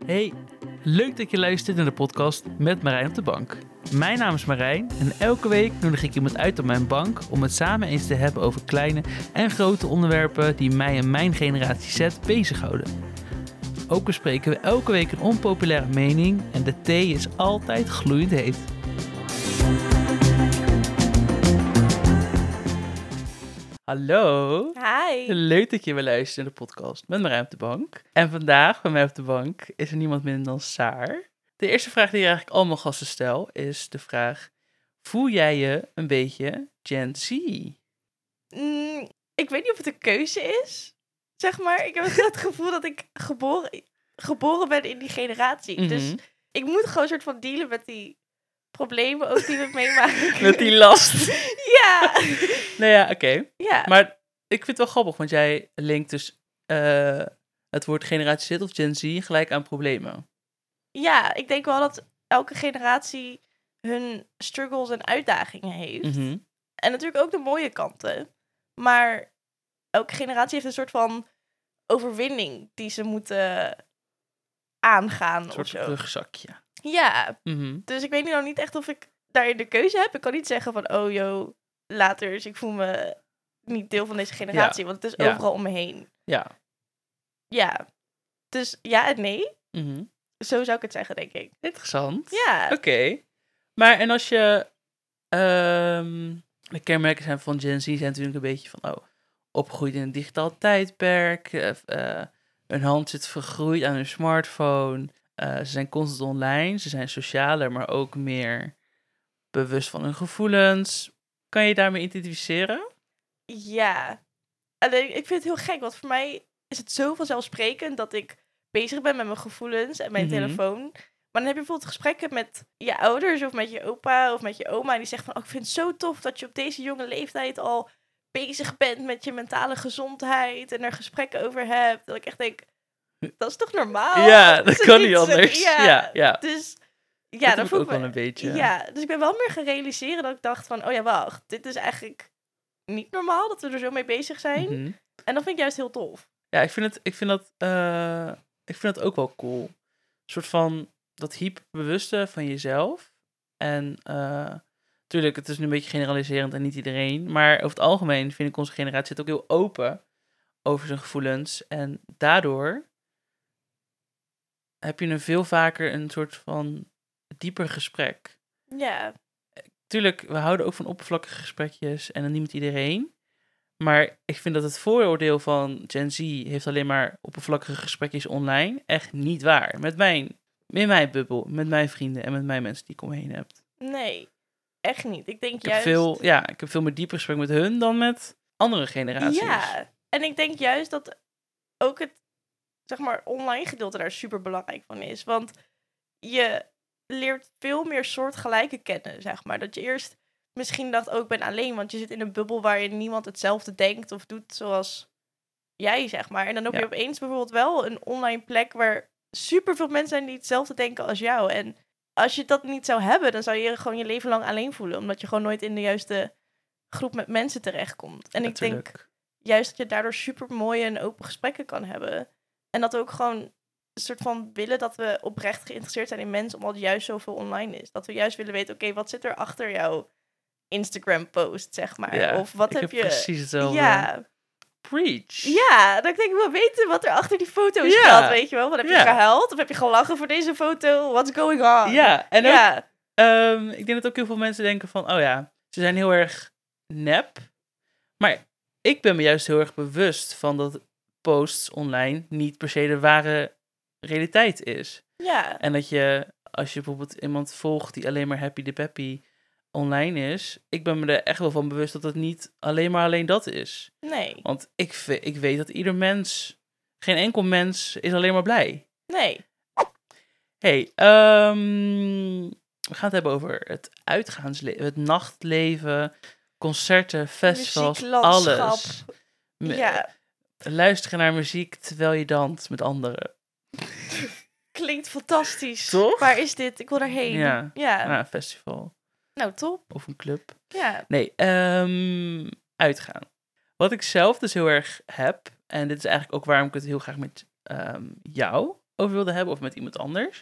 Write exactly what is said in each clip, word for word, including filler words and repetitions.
Hey, leuk dat je luistert naar de podcast met Marijn op de bank. Mijn naam is Marijn en elke week nodig ik iemand uit op mijn bank om het samen eens te hebben over kleine en grote onderwerpen die mij en mijn generatie Z bezighouden. Ook bespreken we elke week een onpopulaire mening en de thee is altijd gloeiend heet. Hallo. Hi. Leuk dat je weer luistert naar de podcast met Marijn op de bank. En vandaag bij mij op de bank is er niemand minder dan Saar. De eerste vraag die ik eigenlijk allemaal gasten stel is de vraag: voel jij je een beetje Gen Z? Mm, ik weet niet of het een keuze is, zeg maar. Ik heb het gevoel dat ik geboren, geboren ben in die generatie. Mm-hmm. Dus ik moet gewoon een soort van dealen met die problemen ook die we meemaken. Met die last. Ja. Nou ja, oké. Okay. Ja. Maar ik vind het wel grappig, want jij linkt dus uh, het woord generatie Z of Gen Z gelijk aan problemen. Ja, ik denk wel dat elke generatie hun struggles en uitdagingen heeft. Mm-hmm. En natuurlijk ook de mooie kanten. Maar elke generatie heeft een soort van overwinning die ze moeten aangaan. Een soort rugzakje. Ja, mm-hmm. Dus ik weet nu nog niet echt of ik daarin de keuze heb. Ik kan niet zeggen van, oh joh, later, dus ik voel me niet deel van deze generatie. Ja. Want het is ja. overal om me heen. Ja. Ja. Dus ja en nee. Mm-hmm. Zo zou ik het zeggen, denk ik. Interessant. Ja. Oké. Okay. Maar en als je... Um, de kenmerken zijn van Gen Z zijn natuurlijk een beetje van... oh, opgegroeid in een digitaal tijdperk. Uh, uh, hun hand zit vergroeid aan hun smartphone. Uh, ze zijn constant online. Ze zijn socialer, maar ook meer bewust van hun gevoelens. Kan je je daarmee identificeren? Ja. Alleen, ik vind het heel gek, want voor mij is het zo vanzelfsprekend dat ik bezig ben met mijn gevoelens en mijn mm-hmm. telefoon. Maar dan heb je bijvoorbeeld gesprekken met je ouders of met je opa of met je oma. En die zegt van, oh, ik vind het zo tof dat je op deze jonge leeftijd al bezig bent met je mentale gezondheid en er gesprekken over hebt. Dat ik echt denk, dat is toch normaal? Ja, dat kan niet anders. Ja, ja, ja. Dus ja, dat voel ik ook me, wel een beetje. Ja, dus ik ben wel meer gaan realiseren dat ik dacht van, oh ja, wacht, dit is eigenlijk niet normaal dat we er zo mee bezig zijn. Mm-hmm. En dat vind ik juist heel tof. Ja, ik vind het, ik vind dat, uh, ik vind dat ook wel cool. Een soort van dat hyperbewuste van jezelf. En uh, natuurlijk, het is nu een beetje generaliserend en niet iedereen. Maar over het algemeen vind ik onze generatie het ook heel open over zijn gevoelens. En daardoor heb je een veel vaker een soort van dieper gesprek. Ja. Tuurlijk, we houden ook van oppervlakkige gesprekjes en dan niet met iedereen. Maar ik vind dat het vooroordeel van Gen Z heeft alleen maar oppervlakkige gesprekjes online echt niet waar. Met mijn, in mijn bubbel, met mijn vrienden en met mijn mensen die ik omheen heb. Nee, echt niet. Ik denk ik juist... Heb veel, ja, ik heb veel meer dieper gesprek met hun dan met andere generaties. Ja, en ik denk juist dat ook het, zeg maar, online gedeelte daar super belangrijk van is. Want je leert veel meer soortgelijke kennen, zeg maar. Dat je eerst misschien dacht, oh, ik ben alleen, want je zit in een bubbel waarin niemand hetzelfde denkt of doet zoals jij, zeg maar. En dan heb je ja. opeens bijvoorbeeld wel een online plek waar superveel mensen zijn die hetzelfde denken als jou. En als je dat niet zou hebben, dan zou je gewoon je leven lang alleen voelen, omdat je gewoon nooit in de juiste groep met mensen terechtkomt. En Natuurlijk. Ik denk juist dat je daardoor super mooie en open gesprekken kan hebben. En dat we ook gewoon een soort van willen dat we oprecht geïnteresseerd zijn in mensen, omdat het juist zoveel online is. Dat we juist willen weten, oké, okay, wat zit er achter jouw Instagram-post, zeg maar? Ja, of wat ik heb, heb je... precies hetzelfde. Ja. Preach. Ja, dan denk ik wel weten wat er achter die foto's ja. gaat, weet je wel? Wat heb je ja. gehuild? Of heb je gelachen voor deze foto? What's going on? Ja, en ook, ja. Um, ik denk dat ook heel veel mensen denken van, oh ja, ze zijn heel erg nep. Maar ik ben me juist heel erg bewust van dat posts online niet per se de ware realiteit is. Ja. En dat je, als je bijvoorbeeld iemand volgt die alleen maar happy de peppy online is, ik ben me er echt wel van bewust dat het niet alleen maar alleen dat is. Nee. Want ik, ik weet dat ieder mens, geen enkel mens is alleen maar blij. Nee. Hey, um, we gaan het hebben over het uitgaansleven, het nachtleven, concerten, festivals, alles. Ja. Luisteren naar muziek terwijl je danst met anderen. Klinkt fantastisch. Toch? Waar is dit? Ik wil daarheen. Ja, ja. Nou, een festival. Nou, top. Of een club. Ja. Nee, um, uitgaan. Wat ik zelf dus heel erg heb, en dit is eigenlijk ook waarom ik het heel graag met um, jou over wilde hebben of met iemand anders.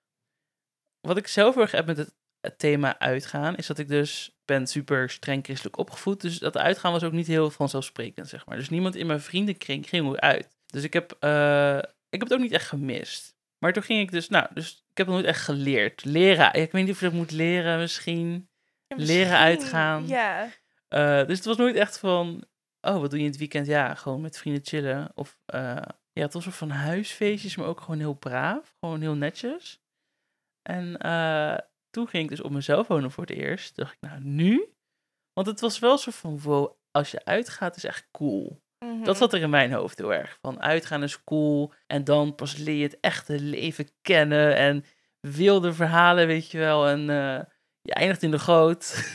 Wat ik zelf heel erg heb met het, het thema uitgaan, is dat ik dus ben super streng christelijk opgevoed. Dus dat uitgaan was ook niet heel vanzelfsprekend, zeg maar. Dus niemand in mijn vriendenkring ging ook uit. Dus ik heb, uh, ik heb het ook niet echt gemist. Maar toen ging ik dus, nou, dus ik heb het nooit echt geleerd. Leren, ik weet niet of je dat moet leren misschien. Ja, misschien, leren uitgaan. Ja. Uh, dus het was nooit echt van, oh, wat doe je in het weekend? Ja, gewoon met vrienden chillen. Of uh, ja, het was een soort van huisfeestjes, maar ook gewoon heel braaf. Gewoon heel netjes. En uh, toen ging ik dus op mezelf wonen voor het eerst. Dacht ik, nou, nu? Want het was wel zo van, wow, als je uitgaat is echt cool. Mm-hmm. Dat zat er in mijn hoofd heel erg. Van uitgaan is cool. En dan pas leer je het echte leven kennen. En wilde verhalen, weet je wel. En uh, je eindigt in de goot.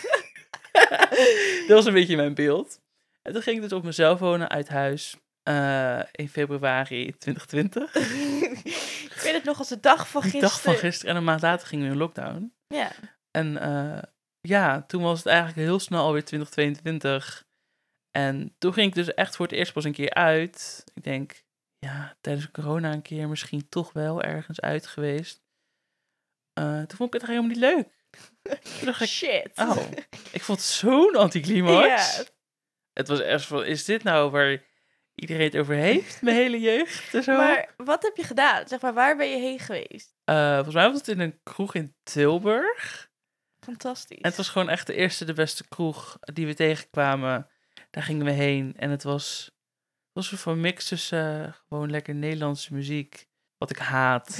Dat was een beetje mijn beeld. En toen ging ik dus op mezelf wonen uit huis. Uh, in februari twintig twintig. Ik weet het nog als de dag van gisteren. De dag van gisteren. En een maand later gingen we in lockdown. Ja. En uh, ja, toen was het eigenlijk heel snel alweer twintig tweeëntwintig. En toen ging ik dus echt voor het eerst pas een keer uit. Ik denk, ja, tijdens corona een keer misschien toch wel ergens uit geweest. Uh, toen vond ik het helemaal niet leuk. Toen dacht ik, shit. Oh, ik vond het zo'n anticlimax. Ja. Het was echt van, is dit nou waar iedereen het over heeft, mijn hele jeugd en zo? Maar wat heb je gedaan? Zeg maar, waar ben je heen geweest? Uh, volgens mij was het in een kroeg in Tilburg. Fantastisch. En het was gewoon echt de eerste, de beste kroeg die we tegenkwamen. Daar gingen we heen. En het was, het was een van mix tussen uh, gewoon lekker Nederlandse muziek, wat ik haat.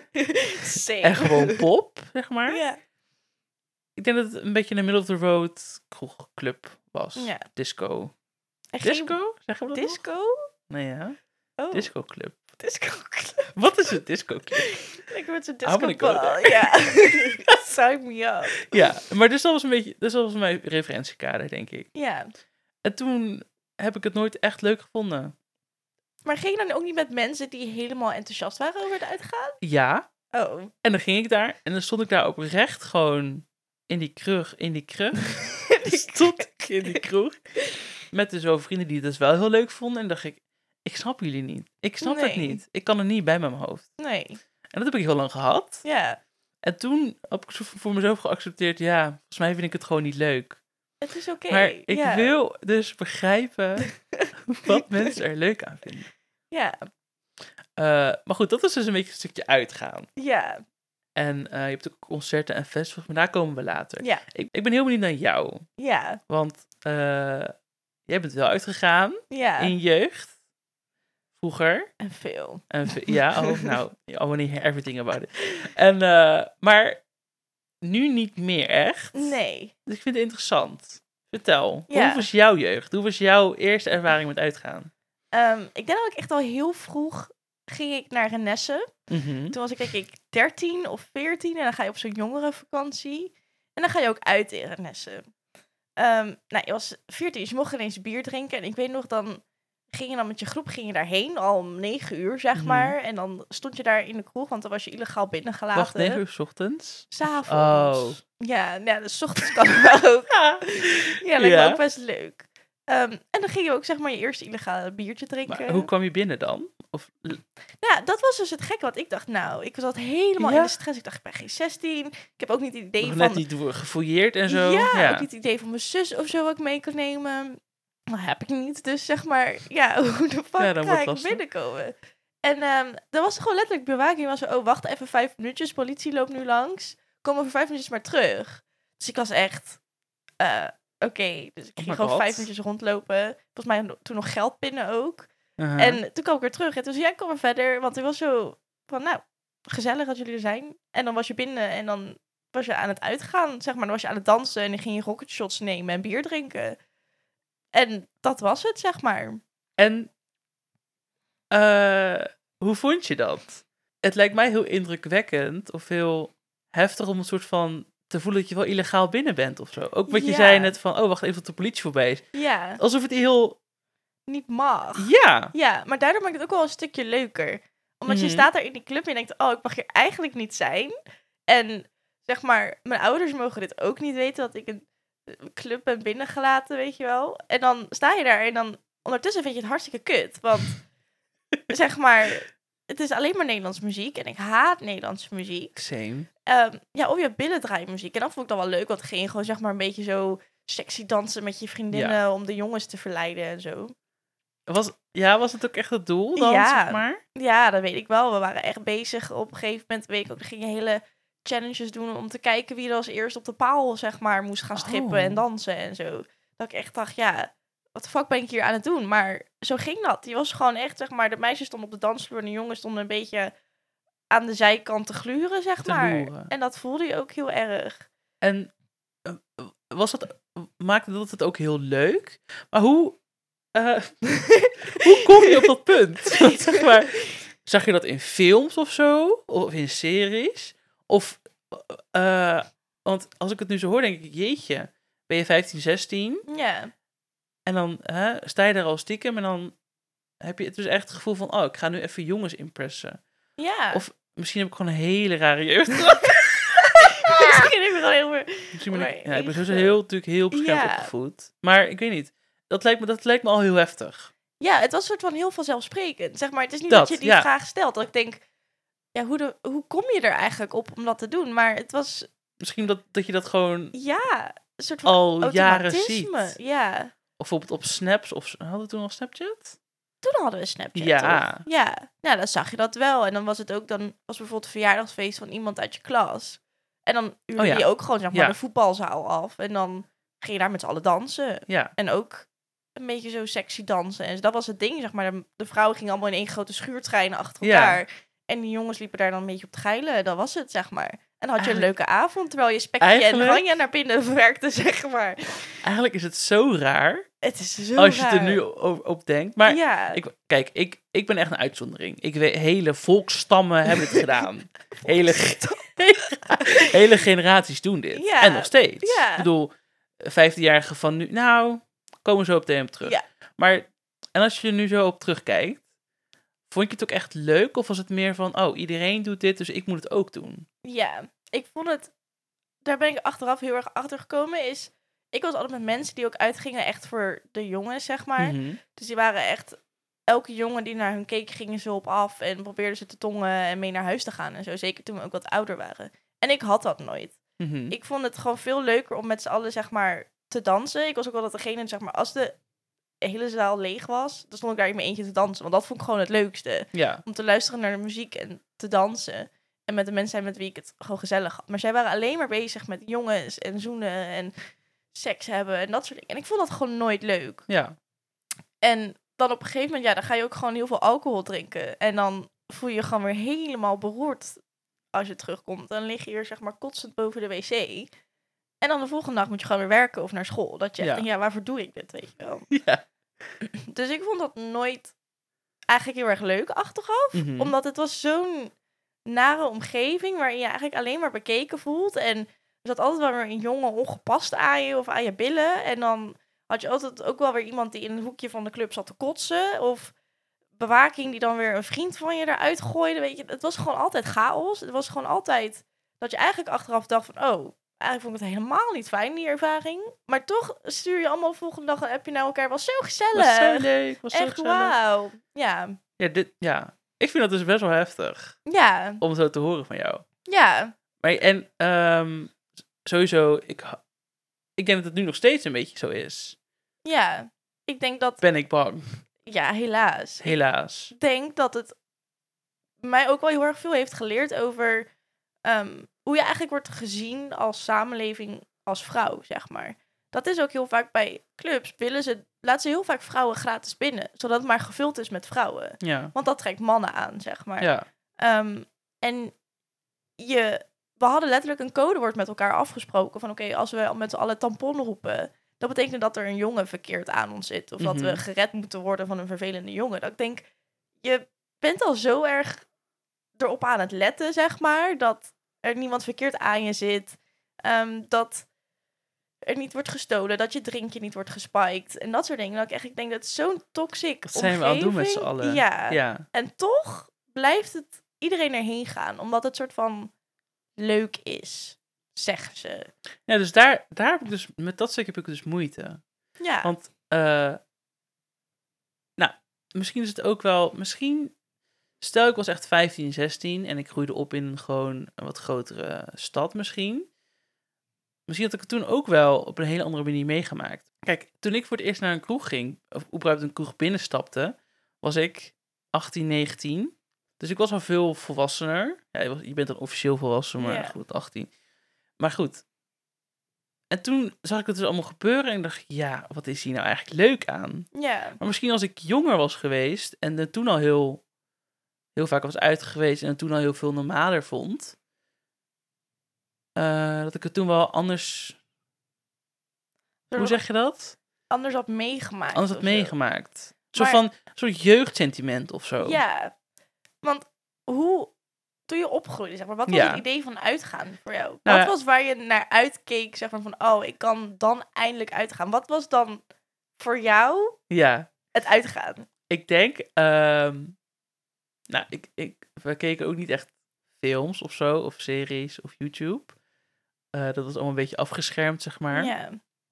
En gewoon pop, zeg maar. Ja. Ik denk dat het een beetje een middle of the road kroegclub was. Ja. Disco. Echt Disco? geen... Zeggen we dat Disco? nog? Nee, ja. Oh. Disco club. Disco club. Wat is een disco club? Ik word zo'n I wanna disco go ball. there. Ja. Sign me up. Ja, maar dus dat was een beetje, dus dat was mijn referentiekader, denk ik. Ja. En toen heb ik het nooit echt leuk gevonden. Maar ging je dan ook niet met mensen die helemaal enthousiast waren over het uitgaan? Ja. Oh. En dan ging ik daar en dan stond ik daar oprecht gewoon in die krug, in die krug. stond ik in die kroeg. Met dus zo vrienden die het dus wel heel leuk vonden. En dacht ik, ik snap jullie niet. Ik snap Nee. het niet. Ik kan er niet bij met mijn hoofd. Nee. En dat heb ik heel lang gehad. Ja. En toen heb ik zo voor mezelf geaccepteerd, ja, volgens mij vind ik het gewoon niet leuk. Het is oké. Maar ik ja. wil dus begrijpen wat mensen er leuk aan vinden. Ja. Uh, maar goed, dat is dus een beetje een stukje uitgaan. Ja. En uh, je hebt ook concerten en festivals, maar daar komen we later. Ja. Ik, ik ben heel benieuwd naar jou. Ja. Want uh, jij bent wel uitgegaan Ja. in jeugd. Vroeger. En veel. En ve- ja, oh, nou, I want to hear everything about it. En, uh, maar nu niet meer echt. Nee. Dus ik vind het interessant. Vertel, Ja. hoe was jouw jeugd? Hoe was jouw eerste ervaring met uitgaan? Um, ik denk dat ik echt al heel vroeg ging ik naar Renesse. Mm-hmm. Toen was ik denk ik dertien of veertien en dan ga je op zo'n jongerenvakantie. En dan ga je ook uit in Renesse. Um, nou, je was veertien, dus je mocht ineens bier drinken. En ik weet nog, dan ging je dan met je groep ging je daarheen, al om negen uur, zeg Mhm. maar. En dan stond je daar in de kroeg, want dan was je illegaal binnengelaten. Wacht, negen uur 's ochtends? S'avonds. Oh. Ja, ja, dus 's ochtends kan het ook. Ja, lijkt Ja. me ook best leuk. Um, en dan ging je ook, zeg maar, je eerste illegale biertje drinken. Maar hoe kwam je binnen dan? Of... Ja, dat was dus het gekke, want ik dacht, nou, ik was altijd helemaal Ja. in de stress. Ik dacht, ik ben geen zestien. Ik heb ook niet het idee Nog van... net niet worden gefouilleerd en zo? Ja, ook niet het idee van mijn zus of zo wat ik mee kan nemen. Dat heb ik niet, dus zeg maar, ja, hoe de fuck Ja, dan ga wordt ik lastig. binnenkomen? En um, dan was er gewoon letterlijk bewaking. Was er, oh, wacht even vijf minuutjes, politie loopt nu langs. Kom over vijf minuutjes maar terug. Dus ik was echt, uh, oké. Okay. Dus ik Oh ging my gewoon God. vijf minuutjes rondlopen. Volgens mij no- toen nog geld pinnen ook. Uh-huh. En toen kwam ik weer terug. En toen zei jij, kom maar verder. Want ik was zo van, nou, gezellig dat jullie er zijn. En dan was je binnen en dan was je aan het uitgaan, zeg maar. Dan was je aan het dansen en dan ging je rocket shots nemen en bier drinken. En dat was het, zeg maar. En uh, hoe vond je dat? Het lijkt mij heel indrukwekkend of heel heftig om een soort van te voelen dat je wel illegaal binnen bent of zo. Ook wat je Ja. zei net van, oh, wacht even tot de politie voorbij is. Ja, Alsof het heel... niet mag. Ja. Ja, maar daardoor maakt het ook wel een stukje leuker. Omdat Mhm. je staat daar in die club en je denkt, oh, ik mag hier eigenlijk niet zijn. En zeg maar, mijn ouders mogen dit ook niet weten, dat ik een club ben binnengelaten, weet je wel. En dan sta je daar en dan ondertussen vind je het hartstikke kut. Want zeg maar, het is alleen maar Nederlandse muziek. En ik haat Nederlandse muziek. Same. Um, ja, of je hebt billendraaimuziek. En dat vond ik dan wel leuk. Want het ging gewoon zeg maar een beetje zo sexy dansen met je vriendinnen. Ja. Om de jongens te verleiden en zo. Was, ja, was het ook echt het doel dan, Ja. zeg maar? Ja, dat weet ik wel. We waren echt bezig. Op een gegeven moment, weet ik ook, we gingen hele challenges doen om te kijken wie er als eerst op de paal, zeg maar, moest gaan strippen Oh. en dansen en zo. Dat ik echt dacht, ja, wat de fuck ben ik hier aan het doen? Maar zo ging dat. Die was gewoon echt, zeg maar, de meisjes stonden op de dansvloer en de jongens stonden een beetje aan de zijkant te gluren, zeg Te maar. loeren. En dat voelde je ook heel erg. En uh, was dat, maakte dat het ook heel leuk? Maar hoe, uh, hoe kom je op dat punt? Want, zeg maar, zag je dat in films of zo? Of in series? Of, uh, want als ik het nu zo hoor, denk ik, jeetje, ben je vijftien, zestien? Ja. En dan uh, sta je daar al stiekem en dan heb je het dus echt het gevoel van, oh, ik ga nu even jongens impressen. Ja. Of misschien heb ik gewoon een hele rare jeugd. Misschien heb ik wel heel veel... Misschien ben ik, Maar ja, ik ben ik, sowieso heel, natuurlijk heel beschermd ja. opgevoed. Maar ik weet niet. Dat lijkt me, dat lijkt me al heel heftig. Ja, het was een soort van heel vanzelfsprekend. Zeg maar, het is niet dat, Dat, je die ja. vraag stelt. Dat ik denk, ja, hoe, de, hoe kom je er eigenlijk op om dat te doen? Maar het was, Misschien dat, dat je dat gewoon ja, een soort van al jaren automatisme. ziet. Ja. Of bijvoorbeeld op Snaps. Of hadden we toen al Snapchat? Toen hadden we Snapchat, Ja. toch? Ja. Nou, dan zag je dat wel. En dan was het ook, dan was bijvoorbeeld een verjaardagsfeest van iemand uit je klas. En dan huurde Oh ja. je ook gewoon, zeg maar, Ja. de voetbalzaal af. En dan ging je daar met z'n allen dansen. Ja. En ook een beetje zo sexy dansen. En dat was het ding, zeg maar. De, de vrouwen gingen allemaal in één grote schuurtrein achter Ja. elkaar. En die jongens liepen daar dan een beetje op te geilen. Dat was het, zeg maar. En dan had je een Eigenlijk- leuke avond, terwijl je spekje Eigenlijk- en hanja naar binnen werkte, zeg maar. Eigenlijk is het zo raar. Het is zo als je raar. het er nu op, op denkt. Maar ja. ik, kijk, ik, ik ben echt een uitzondering. Ik weet, hele volksstammen hebben het gedaan. Hele, hele generaties doen dit. Ja. En nog steeds. Ja. Ik bedoel, vijftienjarigen van nu... Nou, komen zo op de hem terug. Ja. Maar, en als je er nu zo op terugkijkt... Vond je het ook echt leuk? Of was het meer van... Oh, iedereen doet dit, dus ik moet het ook doen? Ja, ik vond het... Daar ben ik achteraf heel erg achter gekomen. Is, ik was altijd met mensen die ook uitgingen echt voor de jongens, zeg maar. Mhm. Dus die waren echt... Elke jongen die naar hun keek, gingen ze op af en probeerden ze te tongen en mee naar huis te gaan en zo. Zeker toen we ook wat ouder waren. En ik had dat nooit. Mhm. Ik vond het gewoon veel leuker om met z'n allen, zeg maar, te dansen. Ik was ook wel dat degene, zeg maar, als de hele zaal leeg was, dan stond ik daar in mijn eentje te dansen. Want dat vond ik gewoon het leukste. Ja. Om te luisteren naar de muziek en te dansen. En met de mensen zijn met wie ik het gewoon gezellig had. Maar zij waren alleen maar bezig met jongens en zoenen en seks hebben en dat soort dingen. En ik vond dat gewoon nooit leuk. Ja. En dan op een gegeven moment, ja, dan ga je ook gewoon heel veel alcohol drinken. En dan voel je je gewoon weer helemaal beroerd als je terugkomt. Dan lig je hier, zeg maar, kotsend boven de wc. En dan de volgende dag moet je gewoon weer werken of naar school. Dat je echt Ja. denkt, ja, waarvoor doe ik dit, weet je wel. Ja. Dus ik vond dat nooit eigenlijk heel erg leuk achteraf. Mhm. Omdat het was zo'n nare omgeving waarin je eigenlijk alleen maar bekeken voelt. En er zat altijd wel weer een jongen ongepast aan je of aan je billen. En dan had je altijd ook wel weer iemand die in een hoekje van de club zat te kotsen. Of bewaking die dan weer een vriend van je eruit gooide. Weet je, het was gewoon altijd chaos. Het was gewoon altijd dat je eigenlijk achteraf dacht van, oh, eigenlijk vond ik het helemaal niet fijn, die ervaring. Maar toch stuur je allemaal volgende dag een appje naar elkaar. Was zo gezellig. Was zo leuk. Was zo Echt, gezellig. wauw. Ja. Ja, dit, ja, ik vind dat dus best wel heftig. Ja. Om zo te horen van jou. Ja. Maar, en um, sowieso, ik, ik denk dat het nu nog steeds een beetje zo is. Ja. Ik denk dat... Ben ik bang. Ja, helaas. Helaas. Ik denk dat het mij ook wel heel erg veel heeft geleerd over um, hoe je eigenlijk wordt gezien als samenleving als vrouw, zeg maar. Dat is ook heel vaak bij clubs. Willen ze, laten ze heel vaak vrouwen gratis binnen, zodat het maar gevuld is met vrouwen. Ja. Want dat trekt mannen aan, zeg maar. Ja. Um, en je, we hadden letterlijk een codewoord met elkaar afgesproken van oké, okay, als we met z'n allen tampon roepen, dat betekent dat er een jongen verkeerd aan ons zit. Of Mm-hmm. dat we gered moeten worden van een vervelende jongen. Dat ik denk, je bent al zo erg erop aan het letten, zeg maar, dat er niemand verkeerd aan je zit. Um, dat er niet wordt gestolen, dat je drinkje niet wordt gespiked. En dat soort dingen. Dat ik echt ik denk, dat is zo'n toxic Dat zijn we aan het doen met z'n allen. Ja. Ja. En toch blijft het iedereen erheen gaan. Omdat het soort van leuk is, zeggen ze. Ja, dus daar, daar heb ik dus, met dat stuk heb ik dus moeite. Ja. Want, uh, nou, misschien is het ook wel, misschien stel ik was echt vijftien, zestien en ik groeide op in gewoon een wat grotere stad misschien. Misschien had ik het toen ook wel op een hele andere manier meegemaakt. Kijk, toen ik voor het eerst naar een kroeg ging, of überhaupt een kroeg binnenstapte, was ik achttien, negentien. Dus ik was al veel volwassener. Ja, je was- je bent dan officieel volwassen, maar Ja. goed, achttien. Maar goed. En toen zag ik het dus allemaal gebeuren en dacht, ja, wat is hier nou eigenlijk leuk aan? Ja. Maar misschien als ik jonger was geweest en er toen al heel, heel vaak was uit geweest en het toen al heel veel normaler vond, eh, dat ik het toen wel anders... Hoe zeg je dat? Anders had meegemaakt. Anders had of zo. meegemaakt. Zo Maar- van, een soort jeugdsentiment of zo. Ja. Want hoe... Toen je opgroeide, zeg maar, wat was Ja. het idee van uitgaan voor jou? Nou wat ja. was waar je naar uitkeek, zeg maar, van, oh, ik kan dan eindelijk uitgaan. Wat was dan voor jou Ja, het uitgaan? ik denk... ehm, nou, ik, ik, we keken ook niet echt films of zo, of series of YouTube. Eh, dat was allemaal een beetje afgeschermd, zeg maar. Ja.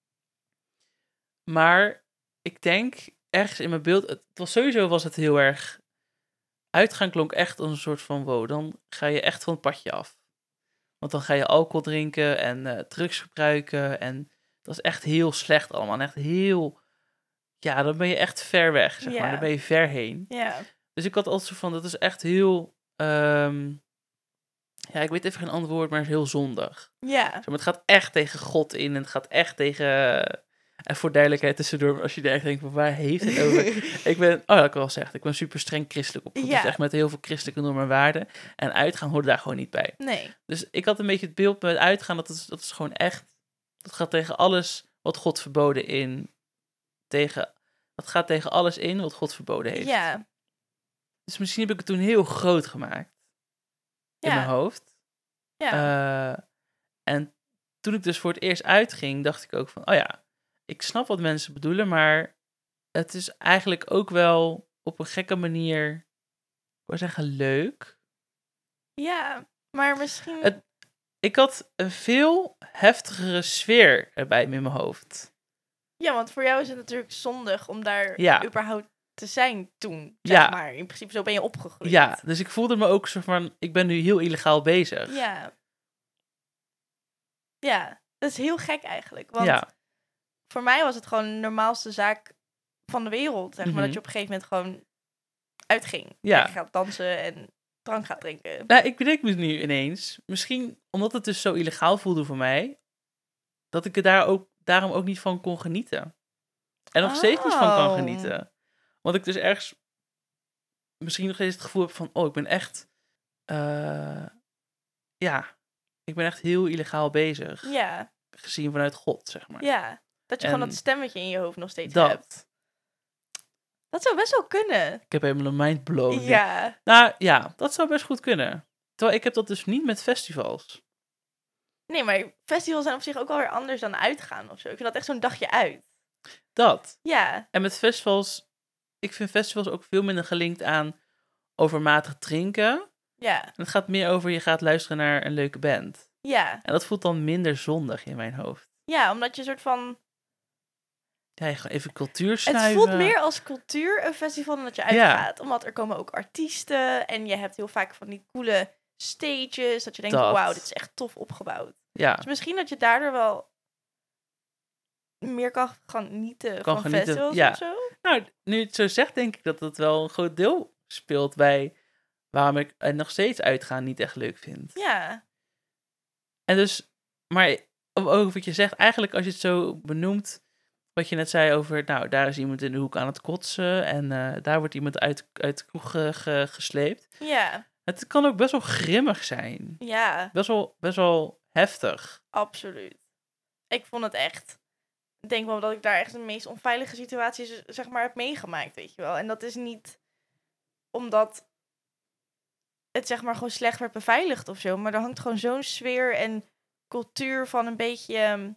Maar ik denk, ergens in mijn beeld... Het was sowieso was het heel erg... Uitgaan klonk echt als een soort van... Wow, dan ga je echt van het padje af. Want dan ga je alcohol drinken en eh, drugs gebruiken. En dat is echt heel slecht allemaal. En echt heel... Ja, dan ben je echt ver weg, zeg Ja. maar. Dan ben je ver heen. Ja. Dus ik had altijd zo van, dat is echt heel... ehm, ja, ik weet even geen ander woord, maar het is heel zondig. Ja. Zeg maar, het gaat echt tegen God in en het gaat echt tegen... En voor duidelijkheid tussendoor, als je er echt denkt, van, waar heeft het over? Ik ben, oh ja, ik al gezegd, ik ben super streng christelijk opgevoed. Ja. Dus echt met heel veel christelijke normen en waarden. En uitgaan hoort daar gewoon niet bij. Nee. Dus ik had een beetje het beeld met uitgaan, dat is, dat is gewoon echt... Dat gaat tegen alles wat God verboden in... Tegen, dat gaat tegen alles in wat God verboden heeft. Ja. Dus misschien heb ik het toen heel groot gemaakt. In Ja. mijn hoofd. Ja. Eh, en toen ik dus voor het eerst uitging, dacht ik ook van... Oh ja, ik snap wat mensen bedoelen, maar... Het is eigenlijk ook wel op een gekke manier... Ik wou zeggen leuk. Ja. Maar misschien... Het- Ik had een veel heftigere sfeer erbij in mijn hoofd. Ja, want voor jou is het natuurlijk zondig om daar Ja. überhaupt te zijn toen, zeg Ja. maar. In principe, zo ben je opgegroeid. Ja, dus ik voelde me ook zo van... Ik ben nu heel illegaal bezig. Ja. Ja, dat is heel gek eigenlijk. Want Ja. voor mij was het gewoon de normaalste zaak van de wereld, zeg maar. Mhm. Dat je op een gegeven moment gewoon uitging. Ja. En je gaat dansen en drank gaat drinken. Nou, ik bedenk me nu ineens, misschien omdat het dus zo illegaal voelde voor mij, dat ik er daar ook, daarom ook niet van kon genieten. En nog steeds niet van kan Oh. genieten. Want ik dus ergens misschien nog steeds het gevoel heb van, oh, ik ben echt, eh, ja, ik ben echt heel illegaal bezig. Ja, Gezien vanuit God, zeg maar. ja. Dat je En gewoon dat stemmetje in je hoofd nog steeds hebt. Dat. Dat zou best wel kunnen. Ik heb helemaal een mind blown. nu. Ja. Nou ja, dat zou best goed kunnen. Terwijl ik heb dat dus niet met festivals. Nee, maar festivals zijn op zich ook alweer anders dan uitgaan of zo. Ik vind dat echt zo'n dagje uit. Dat. Ja, En met festivals, ik vind festivals ook veel minder gelinkt aan overmatig drinken. ja, En het gaat meer over je gaat luisteren naar een leuke band. ja. En dat voelt dan minder zondig in mijn hoofd. Ja, omdat je een soort van... Ja, je gewoon even cultuur Het snuiven. voelt meer als cultuur een festival dan dat je Ja. uitgaat. Omdat er komen ook artiesten en je hebt heel vaak van die coole stages. Dat je denkt, Dat. wauw, dit is echt tof opgebouwd. Ja, Dus misschien dat je daardoor wel meer kan gaan genieten Kan van genieten, festivals ja. of zo. nou, nu je het zo zegt, denk ik dat dat wel een groot deel speelt bij waarom ik er nog steeds uitgaan niet echt leuk vind. Ja, En dus, maar over wat je zegt, eigenlijk als je het zo benoemt, wat je net zei over, nou, daar is iemand in de hoek aan het kotsen en eh, daar wordt iemand uit, uit de kroeg ge- ge- gesleept. ja, Het kan ook best wel grimmig zijn. ja, Best wel, best wel heftig. absoluut. Ik vond het echt... Ik denk wel dat ik daar echt de meest onveilige situaties, zeg maar, heb meegemaakt, weet je wel. En dat is niet omdat het, zeg maar, gewoon slecht werd beveiligd of zo. Maar er hangt gewoon zo'n sfeer en cultuur van een beetje... ehm,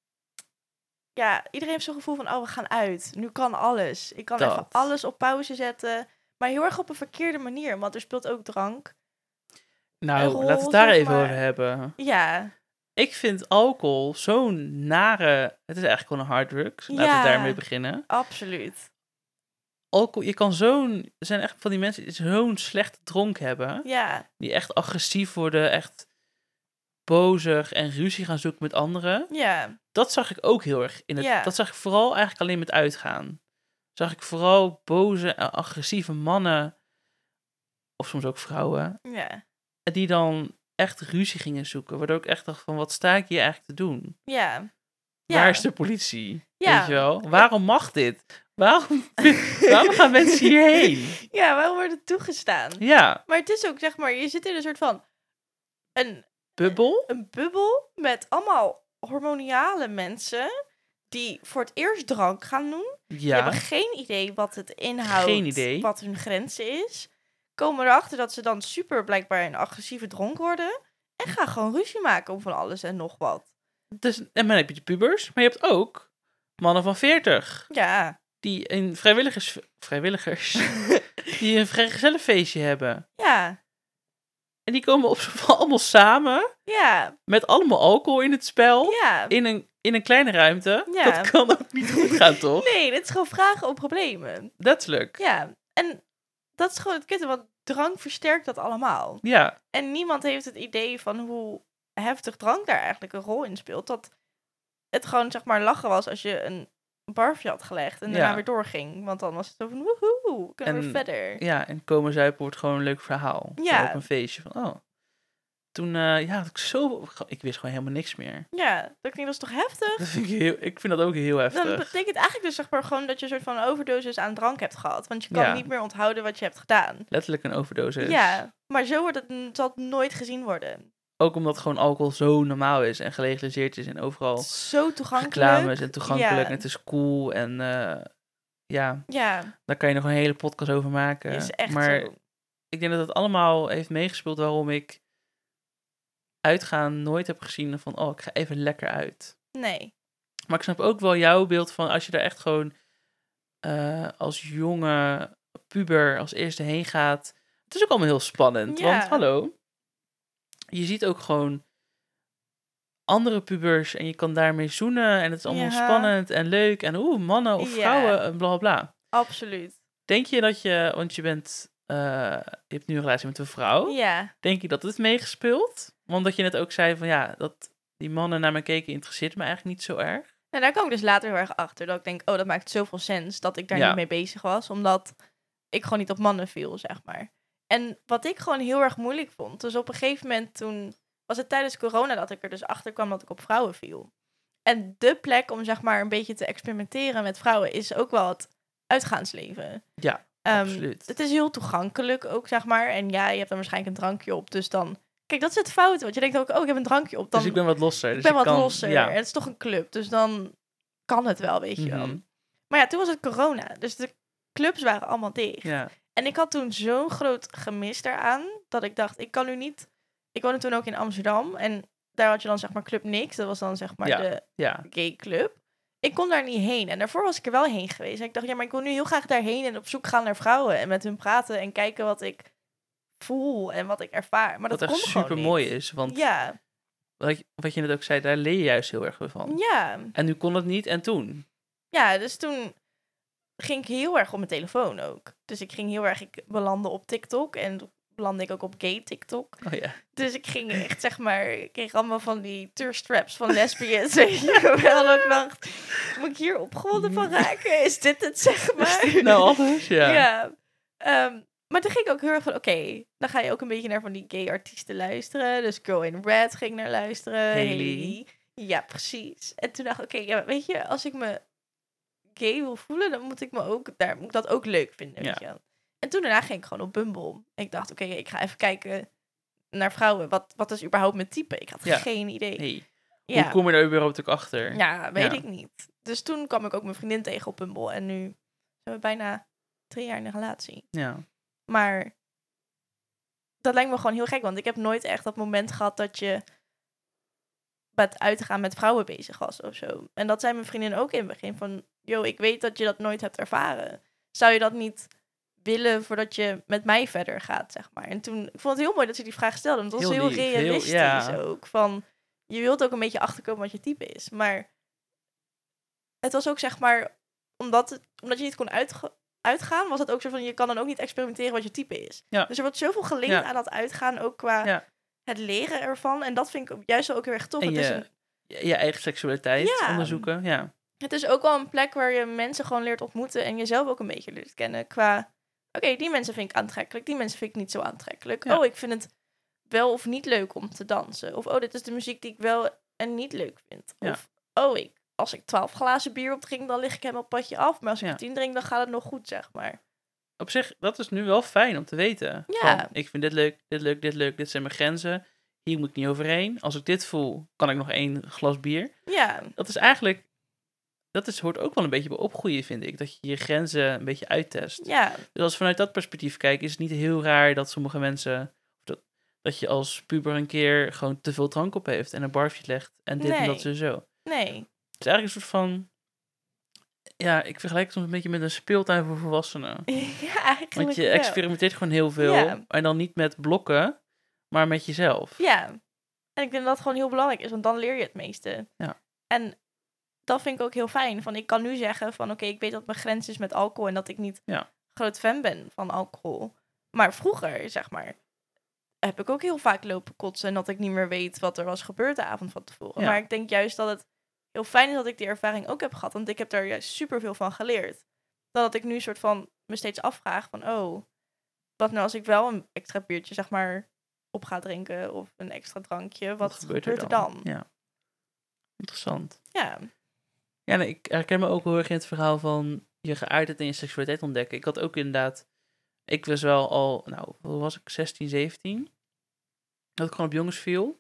Ja, iedereen heeft zo'n gevoel van, oh, we gaan uit. Nu kan alles. Ik kan Dat. even alles op pauze zetten. Maar heel erg op een verkeerde manier, want er speelt ook drank. Een Nou, rol, laten we het daar zeg even maar. over hebben. Ja, Ik vind alcohol zo'n nare... Het is eigenlijk gewoon een harddrug. Laten Ja. we daarmee beginnen. absoluut. alcohol, je kan zo'n, er zijn echt van die mensen die zo'n slechte dronk hebben, Ja, die echt agressief worden, echt bozig en ruzie gaan zoeken met anderen. ja, Dat zag ik ook heel erg in het, Ja. dat zag ik vooral eigenlijk alleen met uitgaan. Zag ik vooral boze en agressieve mannen, of soms ook vrouwen, ja, die dan echt ruzie gingen zoeken. Waardoor ik echt dacht van, wat sta ik hier eigenlijk te doen? ja. Waar Ja. is de politie? Ja. Weet je wel? Waarom mag dit? Waarom, waarom gaan mensen hierheen? Ja, waarom wordt het toegestaan? Ja, Maar het is ook, zeg maar, je zit in een soort van... Een, bubbel? een bubbel met allemaal hormoniale mensen... die voor het eerst drank gaan doen. Die Ja, hebben geen idee wat het inhoudt. Geen idee. Wat hun grenzen is. Komen erachter dat ze dan super blijkbaar een agressieve dronk worden. En gaan gewoon ruzie maken om van alles en nog wat. dus, en dan heb je de pubers, maar je hebt ook mannen van veertig. Ja. Die een vrijwilligers, vrijwilligers, die een vrijgezellenfeestje hebben. Ja. En die komen op z'n geval allemaal samen, Ja. met allemaal alcohol in het spel, Ja. in een, in een kleine ruimte. Ja. Dat kan ook niet goed gaan, toch? Nee, dit is gewoon vragen om problemen. Letterlijk. Ja. En dat is gewoon het kutte, want drank versterkt dat allemaal. Ja, En niemand heeft het idee van hoe heftig drank daar eigenlijk een rol in speelt. Dat het gewoon, zeg maar, lachen was als je een barfje had gelegd en daarna Ja. weer doorging. Want dan was het zo van, woehoe, kunnen we En- verder. ja, en komen zuipen wordt gewoon een leuk verhaal. Ja. Zo op een feestje van, oh. Toen, eh, ja, had ik zo... Ik wist gewoon helemaal niks meer. Ja, dat klinkt dus toch heftig? Dat vind ik, heel, ik vind dat ook heel heftig. Dan betekent eigenlijk dus, zeg maar, gewoon dat je een soort van overdosis aan drank hebt gehad. Want je kan Ja. niet meer onthouden wat je hebt gedaan. Letterlijk een overdosis. Ja, maar zo wordt het, zal het nooit gezien worden. Ook omdat gewoon alcohol zo normaal is en gelegaliseerd is en overal Zo toegankelijk. reclames en toegankelijk Ja. en het is cool en eh, ja, Ja, daar kan je nog een hele podcast over maken. is echt maar zo. ik denk dat het allemaal heeft meegespeeld waarom ik uitgaan nooit heb gezien van, oh, ik ga even lekker uit. Nee. Maar ik snap ook wel jouw beeld van als je daar echt gewoon eh, als jonge puber als eerste heen gaat. Het is ook allemaal heel spannend, Ja. want hallo, je ziet ook gewoon andere pubers en je kan daarmee zoenen en het is allemaal Ja. spannend en leuk en oeh, mannen of Ja. vrouwen en bla bla bla. Absoluut. Denk je dat je, want je bent, eh, je hebt nu een relatie met een vrouw, Ja. denk je dat het meegespeeld? Omdat je net ook zei van ja, dat die mannen naar me keken interesseert me eigenlijk niet zo erg. Nou, daar kwam ik dus later heel erg achter. Dat ik denk, oh, dat maakt zoveel sens dat ik daar Ja. niet mee bezig was. Omdat ik gewoon niet op mannen viel, zeg maar. En wat ik gewoon heel erg moeilijk vond. Dus op een gegeven moment toen... was het tijdens corona dat ik er dus achter kwam dat ik op vrouwen viel. En de plek om, zeg maar, een beetje te experimenteren met vrouwen... is ook wel het uitgaansleven. Ja, Ehm, absoluut. Het is heel toegankelijk ook, zeg maar. En ja, je hebt dan waarschijnlijk een drankje op. Dus dan... Kijk, dat is het fout. Want je denkt ook, oh, ik heb een drankje op. Dan... Dus ik ben wat losser. Ik dus ben ik wat kan, losser. Ja. En het is toch een club. Dus dan kan het wel, weet je wel. Mhm. Maar ja, toen was het corona. Dus de clubs waren allemaal dicht. Ja, En ik had toen zo'n groot gemis daaraan. Dat ik dacht, ik kan nu niet... Ik woonde toen ook in Amsterdam. En daar had je dan, zeg maar, Club Niks. Dat was dan, zeg maar, Ja. de ja, gay club. Ik kon daar niet heen. En daarvoor was ik er wel heen geweest. En ik dacht, ja, maar ik wil nu heel graag daarheen. En op zoek gaan naar vrouwen. En met hun praten. En kijken wat ik voel. En wat ik ervaar. Maar dat, wat echt kon gewoon super mooi niet. is. Want Ja, wat, je- wat je net ook zei, daar leer je juist heel erg veel van. ja. En nu kon het niet en toen. Ja, dus toen ging ik heel erg op mijn telefoon ook. Dus ik ging heel erg, ik belandde op TikTok en toen belandde ik ook op gay TikTok. Oh ja. Dus ik ging echt, zeg maar, ik kreeg allemaal van die thirst traps van lesbians, weet je wel. En ik dacht, moet ik hier opgewonden van raken? Is dit het, zeg maar? Nou, alles, ja. Ja. Ehm, maar toen ging ik ook heel erg van, oké, dan ga je ook een beetje naar van die gay artiesten luisteren. Dus Girl in Red ging ik naar luisteren. Hailey. Ja, precies. En toen dacht ik, oké, ja, weet je, als ik me gay wil voelen, dan moet ik me ook, daar moet ik dat ook leuk vinden, Ja. weet je wel. En toen daarna ging ik gewoon op Bumble. Ik dacht, oké, ik ga even kijken naar vrouwen. Wat, wat is überhaupt mijn type? Ik had Ja. geen idee. Hey, ja. hoe kom je daar überhaupt ook achter? ja, weet Ja. ik niet. Dus toen kwam ik ook mijn vriendin tegen op Bumble. En nu zijn we bijna drie jaar in een relatie. Ja. Maar dat lijkt me gewoon heel gek. Want ik heb nooit echt dat moment gehad dat je met uit te gaan met vrouwen bezig was of zo. En dat zei mijn vriendin ook in het begin. Van, yo, ik weet dat je dat nooit hebt ervaren. Zou je dat niet willen voordat je met mij verder gaat, zeg maar. En toen, ik vond het heel mooi dat ze die vraag stelde. Want het was Heel heel, lief, heel- realistisch ja. ook. Van, je wilt ook een beetje achterkomen wat je type is. Maar het was ook, zeg maar, omdat, het, omdat je niet kon uitge- uitgaan, was het ook zo van, je kan dan ook niet experimenteren wat je type is. Ja. Dus er wordt zoveel geleerd Ja. aan dat uitgaan, ook qua Ja. het leren ervan. En dat vind ik juist ook heel erg tof. En Het is, je, een, je, je eigen seksualiteit Ja. onderzoeken. Ja. het is ook wel een plek waar je mensen gewoon leert ontmoeten en jezelf ook een beetje leert kennen. Qua, oké, die mensen vind ik aantrekkelijk, die mensen vind ik niet zo aantrekkelijk. Ja. Oh, ik vind het wel of niet leuk om te dansen. Of, oh, dit is de muziek die ik wel en niet leuk vind. Ja. Of, oh, ik, als ik twaalf glazen bier opdrink, dan lig ik helemaal padje af. Maar als ik Ja. er tien drink, dan gaat het nog goed, zeg maar. Op zich, dat is nu wel fijn om te weten. Ja. Van, ik vind dit leuk, dit leuk, dit leuk, dit zijn mijn grenzen. Hier moet ik niet overheen. Als ik dit voel, kan ik nog één glas bier. Ja, Dat is eigenlijk, dat is, hoort ook wel een beetje bij opgroeien, vind ik. Dat je je grenzen een beetje uittest. ja, Dus als we vanuit dat perspectief kijken, is het niet heel raar dat sommige mensen, dat, dat je als puber een keer gewoon te veel drank op heeft en een barfje legt en dit en Nee. dat zo zo. nee. Het is eigenlijk een soort van, ja, ik vergelijk het soms een beetje met een speeltuin voor volwassenen. Ja, eigenlijk Want je wel. experimenteert gewoon heel veel. Ja. En dan niet met blokken, maar met jezelf. Ja, en ik denk dat dat gewoon heel belangrijk is, want dan leer je het meeste. Ja. En dat vind ik ook heel fijn. Van, ik kan nu zeggen van, oké, ik weet dat mijn grens is met alcohol en dat ik niet Ja. groot fan ben van alcohol. Maar vroeger, zeg maar, heb ik ook heel vaak lopen kotsen en dat ik niet meer weet wat er was gebeurd de avond van tevoren. Ja. Maar ik denk juist dat het heel fijn is dat ik die ervaring ook heb gehad, want ik heb daar juist superveel van geleerd. Dan dat ik nu soort van me steeds afvraag van, oh, wat nou als ik wel een extra biertje, zeg maar, op ga drinken of een extra drankje, wat, gebeurt, er dan? Ja. Interessant. Ja, Ja, nee, ik herken me ook heel erg in het verhaal van je geaardheid en je seksualiteit ontdekken. Ik had ook inderdaad, ik was wel al, nou, hoe was ik, zestien, zeventien? Dat ik gewoon op jongens viel.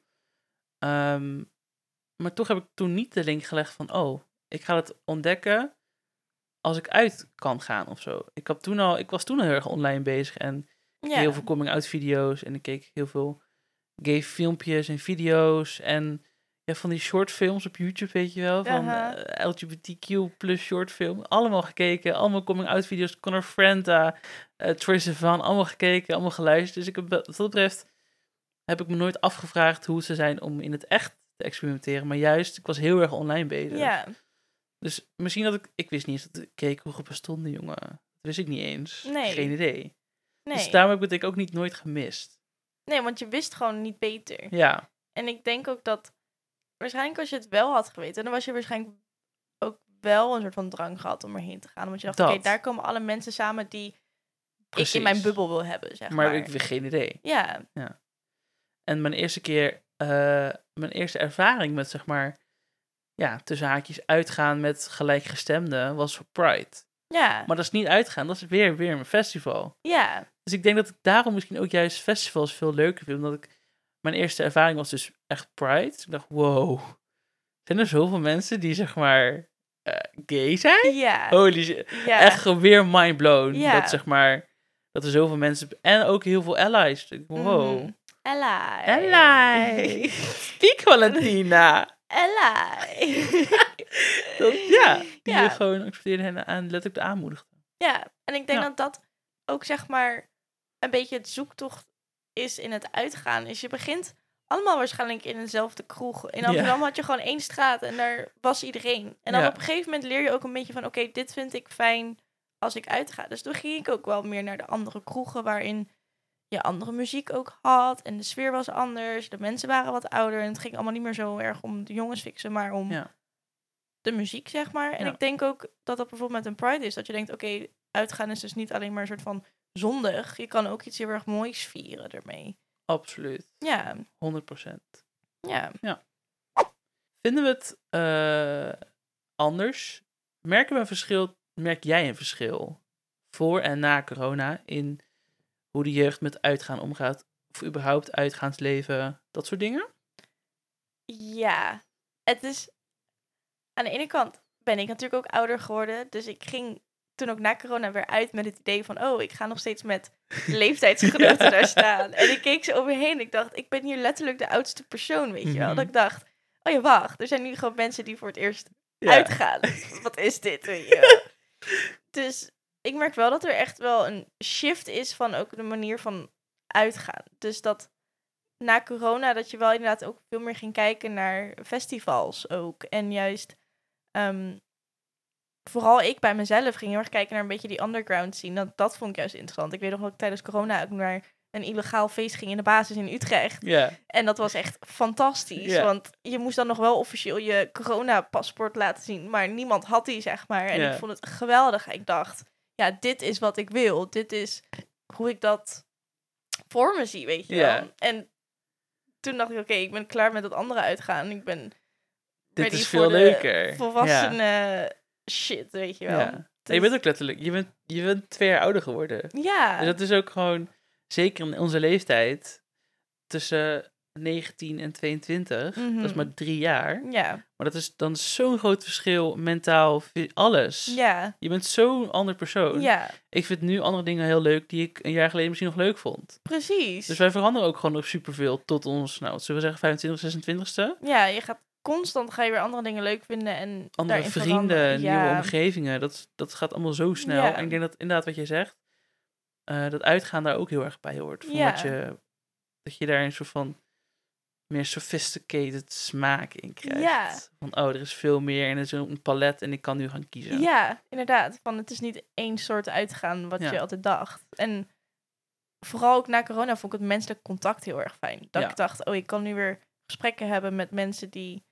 Ehm, maar toch heb ik toen niet de link gelegd van, oh, ik ga het ontdekken als ik uit kan gaan of zo. Ik, had toen al, ik was toen al heel erg online bezig en ja. heel veel coming-out video's en ik keek heel veel gay filmpjes en video's en ja, van die shortfilms op YouTube, weet je wel, van Aha. eh, L G B T Q plus shortfilm, allemaal gekeken, allemaal coming-out video's, Connor Franta, uh, Troye Sivan, allemaal gekeken, allemaal geluisterd. Dus ik heb, wat dat betreft heb ik me nooit afgevraagd hoe ze zijn om in het echt te experimenteren, maar juist, ik was heel erg online bezig. Ja, Dus misschien dat ik, ik wist niet eens dat ik keekhoegen bestonden, jongen. Dat wist ik niet eens. Nee. Geen idee. nee. Dus daarom heb ik het denk ik ook niet nooit gemist. Nee, want je wist gewoon niet beter. Ja, En ik denk ook dat, waarschijnlijk als je het wel had geweten, dan was je waarschijnlijk ook wel een soort van drang gehad om erheen te gaan. Omdat je dacht, Dat. oké, daar komen alle mensen samen die precies. ik in mijn bubbel wil hebben, zeg maar. Maar ik heb geen idee. Ja, En mijn eerste keer, eh, mijn eerste ervaring met zeg maar, ja, tussen haakjes uitgaan met gelijkgestemden was voor Pride. ja, Maar dat is niet uitgaan, dat is weer, weer een festival. ja, Dus ik denk dat ik daarom misschien ook juist festivals veel leuker vind. Omdat ik, mijn eerste ervaring was dus echt Pride. Dus ik dacht, wow, zijn er zoveel mensen die zeg maar eh, gay zijn? ja. Holy shit. ja. Echt gewoon weer mind blown. Ja. Dat zeg maar, dat er zoveel mensen, en ook heel veel allies. Ik dacht, wow. Mhm. Ella. Ally. Speak Valentina. Ella. Dat, ja, die Ja. je gewoon accepteerde en aan letterlijk aanmoedigde. Ja, en ik denk Ja. dat dat ook zeg maar een beetje het zoektocht is in het uitgaan. Is je begint allemaal waarschijnlijk in eenzelfde kroeg. In Amsterdam had je gewoon één straat en daar was iedereen. En dan Ja. op een gegeven moment leer je ook een beetje van, oké, dit vind ik fijn als ik uitga. Dus toen ging ik ook wel meer naar de andere kroegen waarin je andere muziek ook had. En de sfeer was anders. De mensen waren wat ouder. En het ging allemaal niet meer zo erg om de jongens fixen, maar om Ja. de muziek, zeg maar. En Ja. ik denk ook dat dat bijvoorbeeld met een Pride is. Dat je denkt, oké, uitgaan is dus niet alleen maar een soort van zondig. Je kan ook iets heel erg moois vieren ermee. Absoluut. Ja, honderd procent. ja. Vinden we het eh, anders? Merken we een verschil? Merk jij een verschil voor en na corona in hoe de jeugd met uitgaan omgaat? Of überhaupt uitgaansleven, dat soort dingen? Ja. Het is... Aan de ene kant ben ik natuurlijk ook ouder geworden. Dus ik ging toen ook na corona weer uit met het idee van, oh, ik ga nog steeds met leeftijdsgenoten Ja. daar staan. En ik keek zo om me heen. Ik dacht, ik ben hier letterlijk de oudste persoon, weet je wel. Mhm. Dat ik dacht, oh ja, wacht. Er zijn nu gewoon mensen die voor het eerst Ja. uitgaan. Wat is dit, weet je wel. Dus ik merk wel dat er echt wel een shift is van ook de manier van uitgaan. Dus dat na corona dat je wel inderdaad ook veel meer ging kijken naar festivals ook. En juist, ehm, vooral ik bij mezelf ging heel erg kijken naar een beetje die underground scene. Dat, dat vond ik juist interessant. Ik weet nog dat ik tijdens corona ook naar een illegaal feest ging in de basis in Utrecht. Ja. En dat was echt fantastisch. Ja. Want je moest dan nog wel officieel je corona-paspoort laten zien. Maar niemand had die, zeg maar. En Ja. ik vond het geweldig. Ik dacht, ja, dit is wat ik wil. Dit is hoe ik dat voor me zie, weet je Ja. wel. En toen dacht ik, oké, ik ben klaar met dat andere uitgaan. Ik ben Dit ready is voor veel de leuker. volwassene shit, weet je wel. Ja. En Dus- je bent ook letterlijk, je bent, je bent twee jaar ouder geworden. Ja. Dus dat is ook gewoon, zeker in onze leeftijd, tussen negentien en tweeëntwintig, Mhm. dat is maar drie jaar. Ja. Maar dat is dan zo'n groot verschil, mentaal, fi- alles. Ja. Je bent zo'n ander persoon. Ja. Ik vind nu andere dingen heel leuk die ik een jaar geleden misschien nog leuk vond. Precies. Dus wij veranderen ook gewoon nog superveel tot ons, nou, wat zullen we zeggen, vijfentwintig, zesentwintigste. Ja, je gaat constant ga je weer andere dingen leuk vinden en Andere daarin vrienden, veranderen. nieuwe Ja. omgevingen. Dat, dat gaat allemaal zo snel. Ja. En ik denk dat inderdaad wat jij zegt, eh, dat uitgaan daar ook heel erg bij hoort. Van Ja. wat je, dat je daar een soort van meer sophisticated smaak in krijgt. Ja. Van, oh, er is veel meer en er is een palet en ik kan nu gaan kiezen. Ja, inderdaad. Van het is niet één soort uitgaan wat Ja. je altijd dacht. En vooral ook na corona vond ik het menselijk contact heel erg fijn. Dat Ja. ik dacht, oh, ik kan nu weer gesprekken hebben met mensen die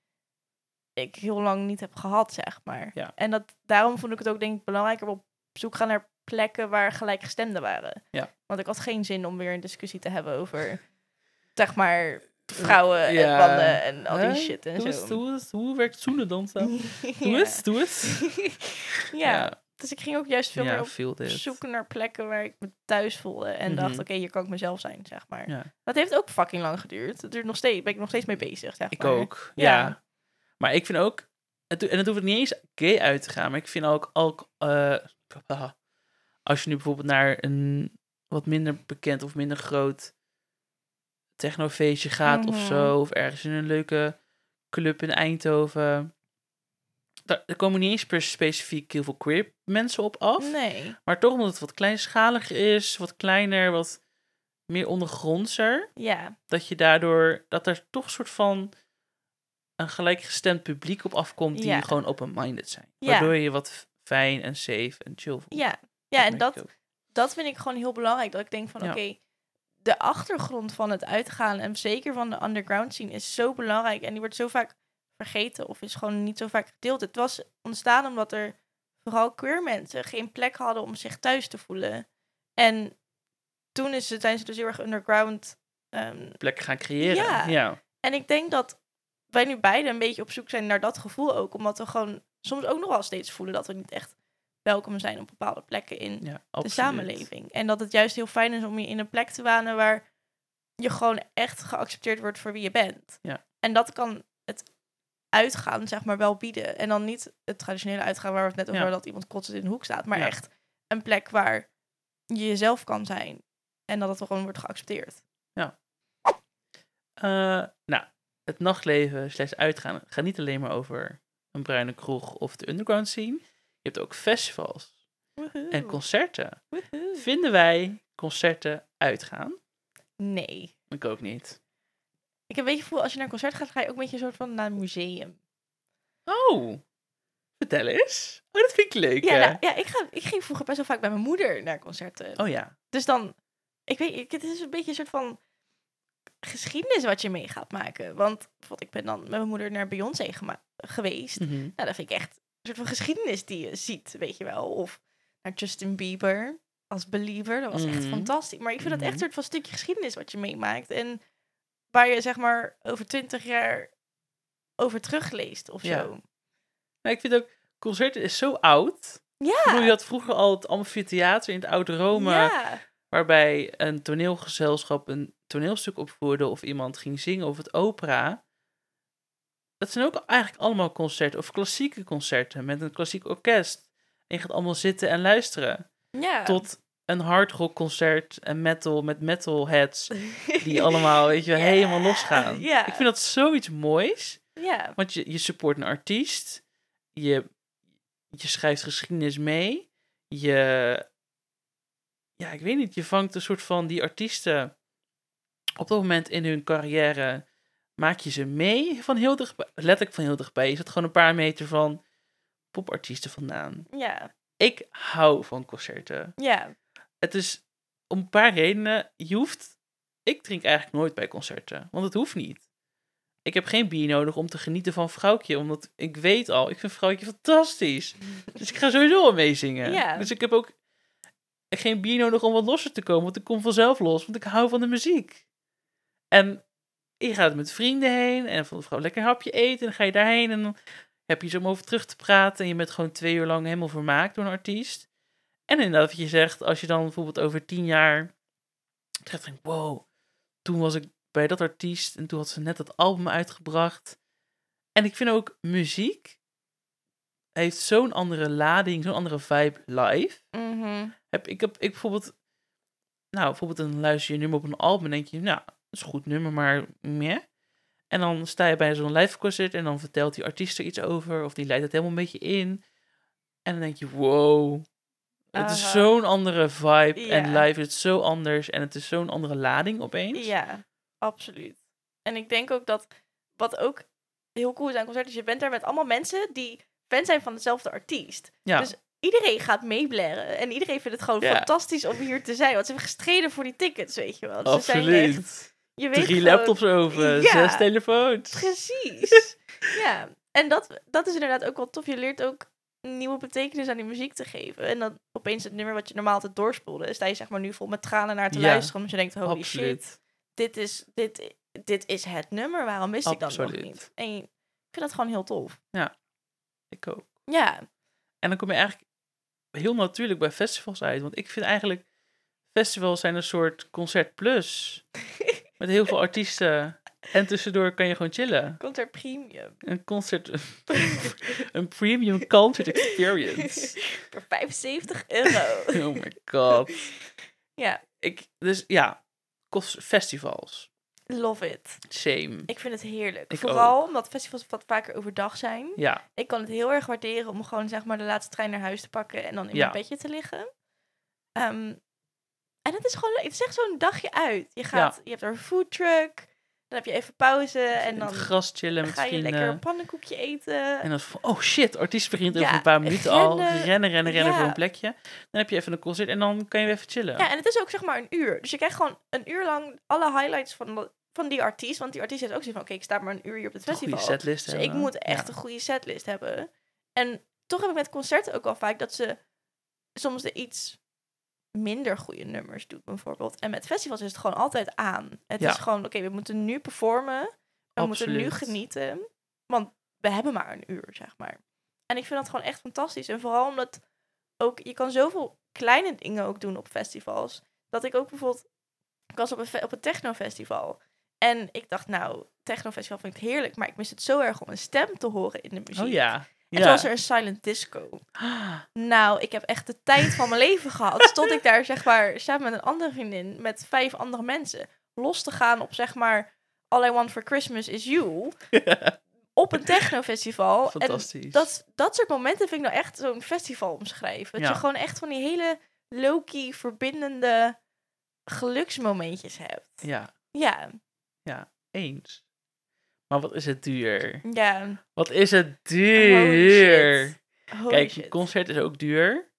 ik heel lang niet heb gehad, zeg maar. Ja. En dat, daarom vond ik het ook denk ik belangrijker om op zoek gaan naar plekken waar gelijkgestemden waren. Ja. Want ik had geen zin om weer een discussie te hebben over, zeg maar, vrouwen en Ja. mannen en al die Hè? shit en Doe zo. eens, doe eens. Hoe werkt zoenen dan? Sam? Doe Ja. eens, doe eens. Ja. Dus ik ging ook juist veel ja, meer op feel dit. zoeken naar plekken waar ik me thuis voelde. En Mhm. dacht, oké, hier kan ik mezelf zijn, zeg maar. Ja. Dat heeft ook fucking lang geduurd. Dat duurt nog steeds, ben ik nog steeds mee bezig, zeg Ik maar. ook, ja. Ja. Maar ik vind ook, het, en het hoeft niet eens gay uit te gaan, maar ik vind ook, ook eh, als je nu bijvoorbeeld naar een wat minder bekend of minder groot technofeestje gaat of Mhm. zo, of ergens in een leuke club in Eindhoven, daar, er komen niet eens per specifiek heel veel queer mensen op af, Nee. maar toch omdat het wat kleinschaliger is, wat kleiner, wat meer ondergrondser, Ja. dat je daardoor, dat er toch een soort van een gelijkgestemd publiek op afkomt die Ja. gewoon open-minded zijn. Ja. Waardoor je je wat fijn en safe en chill voelt. Ja. Ja, en merk dat, je ook. dat vind ik gewoon heel belangrijk. Dat ik denk van, Ja. oké, de achtergrond van het uitgaan en zeker van de underground scene is zo belangrijk. En die wordt zo vaak vergeten of is gewoon niet zo vaak gedeeld. Het was ontstaan omdat er vooral queer mensen geen plek hadden om zich thuis te voelen. En toen is het, zijn ze dus heel erg underground. ehm, Plekken gaan creëren. Ja. ja. en ik denk dat wij nu beide een beetje op zoek zijn naar dat gevoel ook. Omdat we gewoon soms ook nog wel steeds voelen dat we niet echt welkom zijn op bepaalde plekken in Ja, de absoluut. samenleving. En dat het juist heel fijn is om je in een plek te wonen waar je gewoon echt geaccepteerd wordt voor wie je bent. Ja. En dat kan het uitgaan, zeg maar, wel bieden. En dan niet het traditionele uitgaan waar we het net over Ja. hadden, dat iemand kotsend in de hoek staat. Maar Ja. echt een plek waar je jezelf kan zijn. En dat het gewoon wordt geaccepteerd. Eh, nou, het nachtleven slash uitgaan gaat niet alleen maar over een bruine kroeg of de underground scene. Je hebt ook festivals en concerten. Woehoe. Vinden wij concerten uitgaan? Nee. Ik ook niet. Ik heb een beetje het gevoel, als je naar een concert gaat, ga je ook een beetje een soort van naar een museum. Oh, vertel eens. Oh, dat vind ik leuk. Ja, hè? nou, ja ik, ga, ik ging vroeger best wel vaak bij mijn moeder naar concerten. Oh ja. Dus dan, ik weet, ik, het is een beetje een soort van geschiedenis wat je mee gaat maken. Want bijvoorbeeld, ik ben dan met mijn moeder naar Beyoncé gema- geweest. Mhm. Nou, dat vind ik echt een soort van geschiedenis die je ziet, weet je wel. Of naar Justin Bieber als Believer, dat was echt Mhm. fantastisch. Maar ik vind dat echt Mhm. een soort van stukje geschiedenis wat je meemaakt. En waar je zeg maar over twintig jaar over terugleest of Ja. zo. Nou, ik vind ook, concerten is zo oud. Ik bedoel, Ja, je had vroeger al het amfitheater in het oude Rome, ja, waarbij een toneelgezelschap een toneelstuk opvoerde of iemand ging zingen of het opera. Dat zijn ook eigenlijk allemaal concerten of klassieke concerten met een klassiek orkest. En je gaat allemaal zitten en luisteren. ja. Tot een hardrock concert en metal met metalheads die allemaal, weet je, wel, Ja. helemaal losgaan. Ja. Ik vind dat zoiets moois. Ja, Want je, je support een artiest. Je, je schrijft geschiedenis mee. Je... Ja, ik weet niet. Je vangt een soort van die artiesten op dat moment in hun carrière. Maak je ze mee van heel dichtbij. Letterlijk van heel dichtbij. Je zit gewoon een paar meter van popartiesten vandaan. Ja. Ik hou van concerten. Ja. Het is om een paar redenen. Je hoeft... Ik drink eigenlijk nooit bij concerten. Want het hoeft niet. Ik heb geen bier nodig om te genieten van Vrouwtje. Omdat ik weet al, ik vind Vrouwtje fantastisch. Dus ik ga sowieso al meezingen. Ja. Dus ik heb ook geen bier nodig om wat losser te komen. Want ik kom vanzelf los. Want ik hou van de muziek. En je gaat met vrienden heen. En van de vrouw lekker een hapje eten. En dan ga je daarheen. En dan heb je zo om over terug te praten. En je bent gewoon twee uur lang helemaal vermaakt door een artiest. En inderdaad, wat je zegt, als je dan bijvoorbeeld over tien jaar zegt, denk, wow, toen was ik bij dat artiest en toen had ze net dat album uitgebracht. En ik vind ook muziek heeft zo'n andere lading, zo'n andere vibe live. Mm-hmm. Heb, ik heb ik bijvoorbeeld, nou, bijvoorbeeld dan luister je een nummer op een album en denk je, nou, dat is een goed nummer, maar meh. En dan sta je bij zo'n live concert en dan vertelt die artiest er iets over of die leidt het helemaal een beetje in. En dan denk je, wow, het is Aha. zo'n andere vibe Ja. en live is het zo anders en het is zo'n andere lading opeens. Ja, absoluut. En ik denk ook dat, wat ook heel cool is aan concerten, is je bent daar met allemaal mensen die fan zijn van dezelfde artiest. Ja. Dus iedereen gaat meeblaren en iedereen vindt het gewoon Ja. fantastisch om hier te zijn. Want ze hebben gestreden voor die tickets, weet je wel. Dus ze zijn Absoluut. echt, je weet Drie gewoon- laptops over, Ja. zes telefoons. Precies. Ja, en dat, dat is inderdaad ook wel tof. Je leert ook een nieuwe betekenis aan die muziek te geven. En dan opeens het nummer wat je normaal altijd doorspoelde, sta je zeg maar nu vol met tranen naar te Ja, luisteren. Omdat je denkt, holy Absoluut. shit, dit is, dit, dit is het nummer. Waarom wist ik dat nog Absoluut. niet? En ik vind dat gewoon heel tof. Ik ook. Ja, En dan kom je eigenlijk heel natuurlijk bij festivals uit. Want ik vind eigenlijk, festivals zijn een soort concert plus. Met heel veel artiesten. En tussendoor kan je gewoon chillen. concert premium. Een concert, een premium concert experience. Voor vijfenzeventig euro. Oh my god. Ja, Ik, dus ja, kos- festivals. love it. Same. Ik vind het heerlijk. Ik Vooral omdat festivals wat vaker overdag zijn. Ja, Ik kan het heel erg waarderen om gewoon zeg maar de laatste trein naar huis te pakken en dan in Ja. mijn bedje te liggen. Ehm, en het is gewoon leuk. Het is echt zo'n dagje uit. Je gaat, je hebt er een foodtruck, dan heb je even pauze en in dan het gras chillen met ga je vrienden. lekker een pannenkoekje eten. En dan van, oh shit, artiest begint Ja, over een paar minuten al. rennen. Rennen, rennen, rennen Ja. voor een plekje. Dan heb je even een concert en dan kan je weer even chillen. Ja, en het is ook zeg maar een uur. Dus je krijgt gewoon een uur lang alle highlights van, de- van die artiest. Want die artiest heeft ook zoiets van, oké, ik sta maar een uur hier op het Een goede festival. setlist Dus ik hebben. moet echt Ja. een goede setlist hebben. En toch heb ik met concerten ook al vaak dat ze soms de iets minder goede nummers doen, bijvoorbeeld. En met festivals is het gewoon altijd aan. Het Ja. is gewoon, oké, we moeten nu performen. We moeten nu Absoluut. genieten. Want we hebben maar een uur, zeg maar. En ik vind dat gewoon echt fantastisch. En vooral omdat ook, je kan zoveel kleine dingen ook doen op festivals. Dat ik ook bijvoorbeeld, ik was op een, fe- op een technofestival. En ik dacht, nou, technofestival vind ik heerlijk. Maar ik mis het zo erg om een stem te horen in de muziek. Oh ja. En ja. toen was er een silent disco. Nou, ik heb echt de tijd van mijn leven gehad. Stond ik daar, zeg maar, samen met een andere vriendin, met vijf andere mensen, los te gaan op, zeg maar, All I Want for Christmas is You. Op een technofestival. En Fantastisch. dat, dat soort momenten vind ik nou echt zo'n festival omschrijven. Dat Ja. je gewoon echt van die hele low-key, verbindende geluksmomentjes hebt. Ja, Ja, eens. Maar wat is het duur? ja. Wat is het Holy duur? shit. Holy Kijk, shit. een concert is ook duur.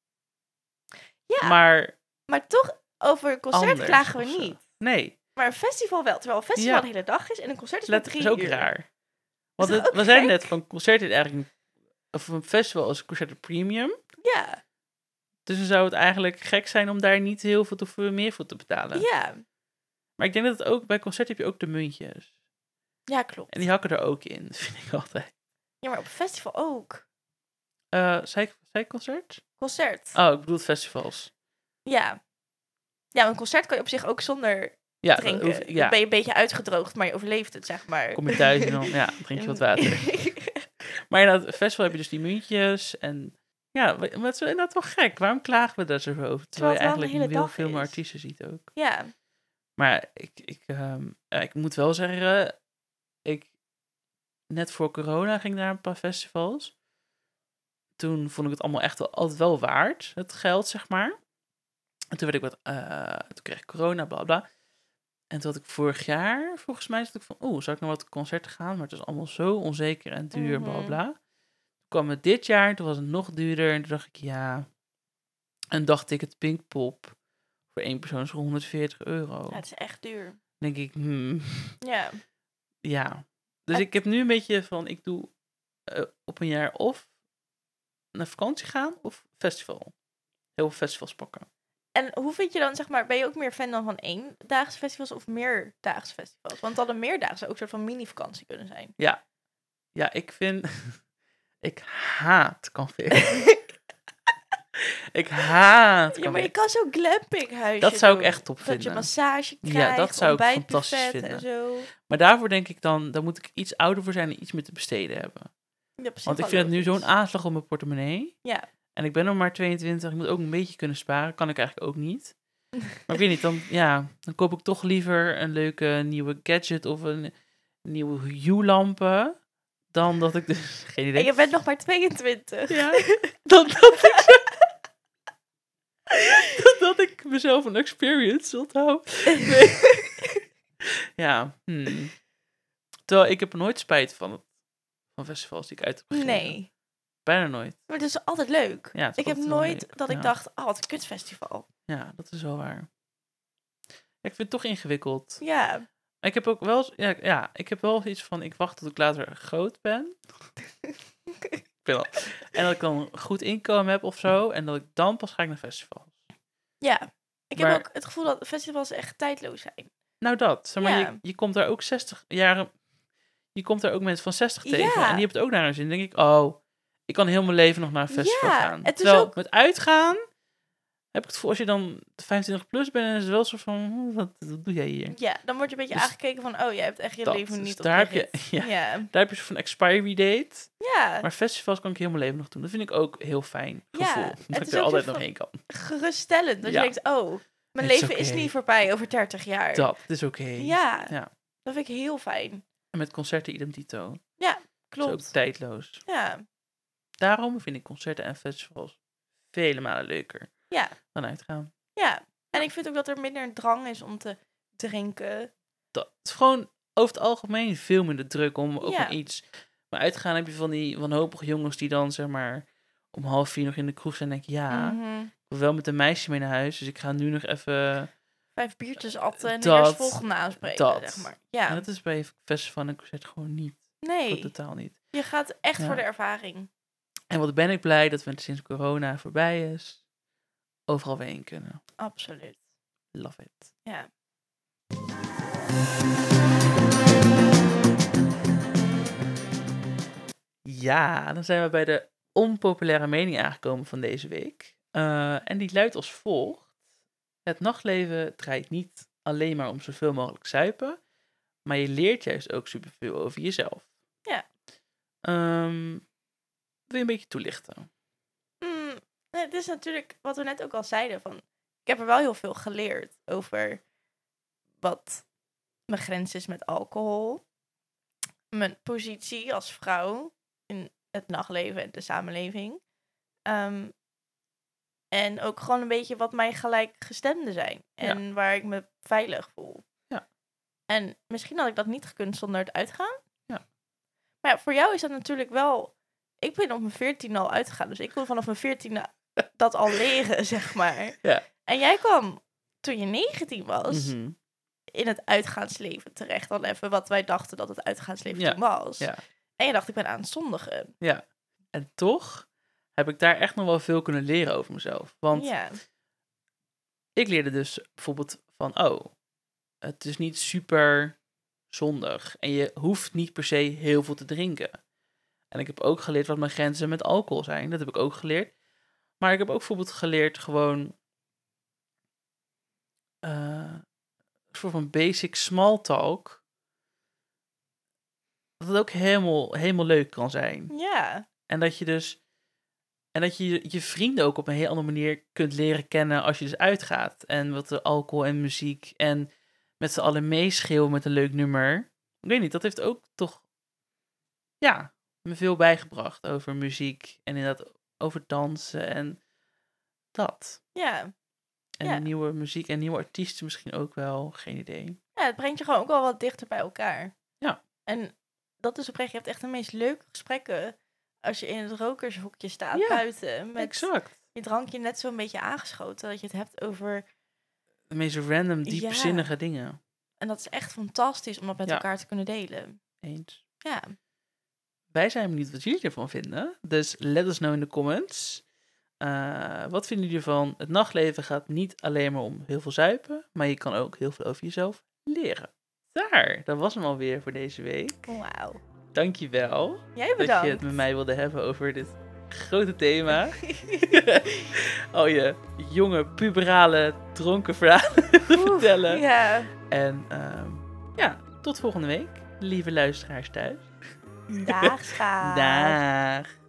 Ja, maar, Maar toch, over een concert anders klagen we of zo. niet. Nee, Maar een festival wel. Terwijl een festival Ja. de hele dag is en een concert is dat maar drie is ook uur. raar. Want toch het, ook we zeiden gek? net van concert is eigenlijk een, of een festival is een concert premium. Ja, Dus dan zou het eigenlijk gek zijn om daar niet heel veel te, meer voor te betalen. ja. Maar ik denk dat het ook bij concert heb je ook de muntjes. Ja, klopt. En die hakken er ook in, vind ik altijd. Ja, maar op een festival ook. Eh zei, ik, zei ik concert? Concert. Oh, ik bedoel festivals. Ja. Ja, een concert kan je op zich ook zonder Ja, drinken. hoef- Dan ja. ben je een beetje uitgedroogd, maar je overleeft het, zeg maar. Kom je thuis en dan ja, drink je wat water. Maar inderdaad, een festival heb je dus die muntjes. En ja, maar het is inderdaad wel gek. Waarom klagen we daar zo over? Terwijl je het wel een eigenlijk hele heel dag veel meer is. artiesten ziet ook. Ja, Maar ik, ik, ehm, ja, ik moet wel zeggen, ik, net voor corona ging ik naar een paar festivals. Toen vond ik het allemaal echt wel, altijd wel waard, het geld, zeg maar. En toen werd ik wat, eh, toen kreeg ik corona, bla bla. En toen had ik vorig jaar, volgens mij, zat ik van, oeh, zou ik naar wat concerten gaan? Maar het is allemaal zo onzeker en duur, bla Mhm. bla. Toen kwam het dit jaar, toen was het nog duurder. En toen dacht ik, ja, een dagticket Pinkpop voor één persoon is honderdveertig euro. Ja, het is echt duur. Dan denk ik, hmm, Ja. ja. Dus Het- ik heb nu een beetje van, ik doe uh, op een jaar of naar vakantie gaan of festival. Heel veel festivals pakken. En hoe vind je dan, zeg maar, ben je ook meer fan dan van één-daagse festivals of meerdaagse festivals? Want dan een meerdaagse ook een soort van mini-vakantie kunnen zijn. Ja. Ja, ik vind... ik haat café. ik haat Ja, maar je kan zo'n glampinghuisje Dat zou ik doen. echt top Dat vinden. je massage krijgt, Ja, dat zou ik ontbijtbuffet fantastisch en vinden. zo. Maar daarvoor denk ik dan, dan moet ik iets ouder voor zijn en iets meer te besteden hebben. Ja, op zich Want ik wel vind het nu logisch. zo'n aanslag op mijn portemonnee. Ja. En ik ben nog maar tweeëntwintig, ik moet ook een beetje kunnen sparen. Kan ik eigenlijk ook niet. Maar ik weet niet, dan, ja, dan koop ik toch liever een leuke nieuwe gadget of een nieuwe Hue-lampen. Dan dat ik dus, geen idee. En je bent nog maar tweeëntwintig. Ja, dan dat ik zo, dat, dat ik mezelf een experience onthoud. Nee. Ja, hmm. Terwijl ik heb nooit spijt van, het, van festivals die ik uit heb gegeven. Nee. Bijna nooit. Maar het is altijd leuk. Ja, het is Ik heb altijd wel nooit leuk. dat ik Ja. dacht, oh, wat een kutfestival. Ja, dat is wel waar. Ik vind het toch ingewikkeld. Ja. Ik heb ook wel, eens- ja, ja, ik heb wel iets van, ik wacht tot ik later groot ben. Ik ben al- en dat ik dan een goed inkomen heb of zo. En dat ik dan pas ga ik naar festivals. Ja. Ik Maar- heb ook het gevoel dat festivals echt tijdloos zijn. Nou dat, zeg maar, Ja. je, je komt daar ook zestig jaren, je komt daar ook mensen van zestig tegen. Ja. En die hebben het ook naar hun zin. Dan denk ik, oh, ik kan heel mijn leven nog naar een festival Ja, gaan. het is Terwijl ook- met uitgaan, heb ik het gevoel, als je dan vijfentwintig plus bent, en is het wel zo van, hm, wat, wat doe jij hier? Ja, dan word je een beetje Dus- aangekeken van, oh, jij hebt echt je Dat, leven dus niet op daar je heb je- rit. ja. Ja. Daar heb je zo'n expiry date. Ja. Maar festivals kan ik heel mijn leven nog doen. Dat vind ik ook heel fijn Ja, gevoel. het dat is ik er ook altijd zo nog van- heen kan. Geruststellend. Dat Ja. je denkt, oh, mijn Het is leven is oké. niet voorbij over dertig jaar. Dat, het is oké. Ja. Ja. Dat vind ik heel fijn. En met concerten idem dito. Klopt. Dat is ook tijdloos. Ja. Daarom vind ik concerten en festivals vele malen leuker Ja. dan uitgaan. Ja. En ik vind ook dat er minder een drang is om te drinken. Dat is gewoon over het algemeen veel minder druk om ook Ja. maar iets. Maar uitgaan heb je van die wanhopige jongens die dan zeg maar om half vier nog in de kroeg zijn en denken, ja, Mhm. ik wil wel met een meisje mee naar huis, dus ik ga nu nog even. Vijf biertjes atten en de Dat- eerstvolgende aanspreken, dat. zeg maar. Ja. En dat is bij festival en concert gewoon niet. Gewoon Nee, totaal niet. je gaat echt Ja. voor de ervaring. En wat ben ik blij dat we sinds corona voorbij is, overal weer heen kunnen. Absoluut. Love it. Ja. Ja, dan zijn we bij de onpopulaire mening aangekomen van deze week. Uh, en die luidt als volgt. Het nachtleven draait niet alleen maar om zoveel mogelijk zuipen, maar je leert juist ook superveel over jezelf. Ja. Um, wil je een beetje toelichten? Mm, nee, het is natuurlijk wat we net ook al zeiden. Van, ik heb er wel heel veel geleerd over wat mijn grens is met alcohol. Mijn positie als vrouw in het nachtleven en de samenleving. Um, en ook gewoon een beetje wat mijn gelijkgestemden zijn. En ja. waar ik me veilig voel. Ja. En misschien had ik dat niet gekund zonder het uitgaan. Ja. Maar ja, voor jou is dat natuurlijk wel... Ik ben op mijn veertiende al uitgegaan. Dus ik wil vanaf mijn veertiende dat al leren, zeg maar. Ja. En jij kwam, toen je negentien was... Mm-hmm. in het uitgaansleven terecht. Dan even wat wij dachten dat het uitgaansleven ja. toen was. Ja. En je dacht, ik ben aan het zondigen. Ja. En toch heb ik daar echt nog wel veel kunnen leren over mezelf. Want ja. ik leerde dus bijvoorbeeld van, oh, het is niet super zondig. En je hoeft niet per se heel veel te drinken. En ik heb ook geleerd wat mijn grenzen met alcohol zijn. Dat heb ik ook geleerd. Maar ik heb ook bijvoorbeeld geleerd gewoon uh, een soort van basic small talk. Dat het ook helemaal, helemaal leuk kan zijn. Ja. En dat je dus En dat je je vrienden ook op een heel andere manier kunt leren kennen als je dus uitgaat. En wat de alcohol en muziek en met z'n allen meeschreeuwen met een leuk nummer. Ik weet niet, dat heeft ook toch, ja, me veel bijgebracht over muziek. En inderdaad over dansen en dat. Ja. En ja. nieuwe muziek en nieuwe artiesten misschien ook wel, geen idee. Ja, het brengt je gewoon ook wel wat dichter bij elkaar. Ja. En dat is oprecht, je hebt echt de meest leuke gesprekken als je in het rokershokje staat Ja, buiten. Met exact. je drankje net zo'n beetje aangeschoten. Dat je het hebt over... De meest random, diepzinnige Ja. dingen. En dat is echt fantastisch om dat met Ja. elkaar te kunnen delen. Eens. Ja. Wij zijn benieuwd wat jullie ervan vinden. Dus let us know in de comments. Uh, wat vinden jullie ervan? Het nachtleven gaat niet alleen maar om heel veel zuipen. Maar je kan ook heel veel over jezelf leren. Daar, dat was hem alweer voor deze week. Wauw. Dankjewel. Jij Dat bedankt. je het met mij wilde hebben over dit grote thema. Al je jonge, puberale, dronken verhalen vertellen. Ja. En uh, ja, tot volgende week. Lieve luisteraars thuis. Dag, schaap. Dag.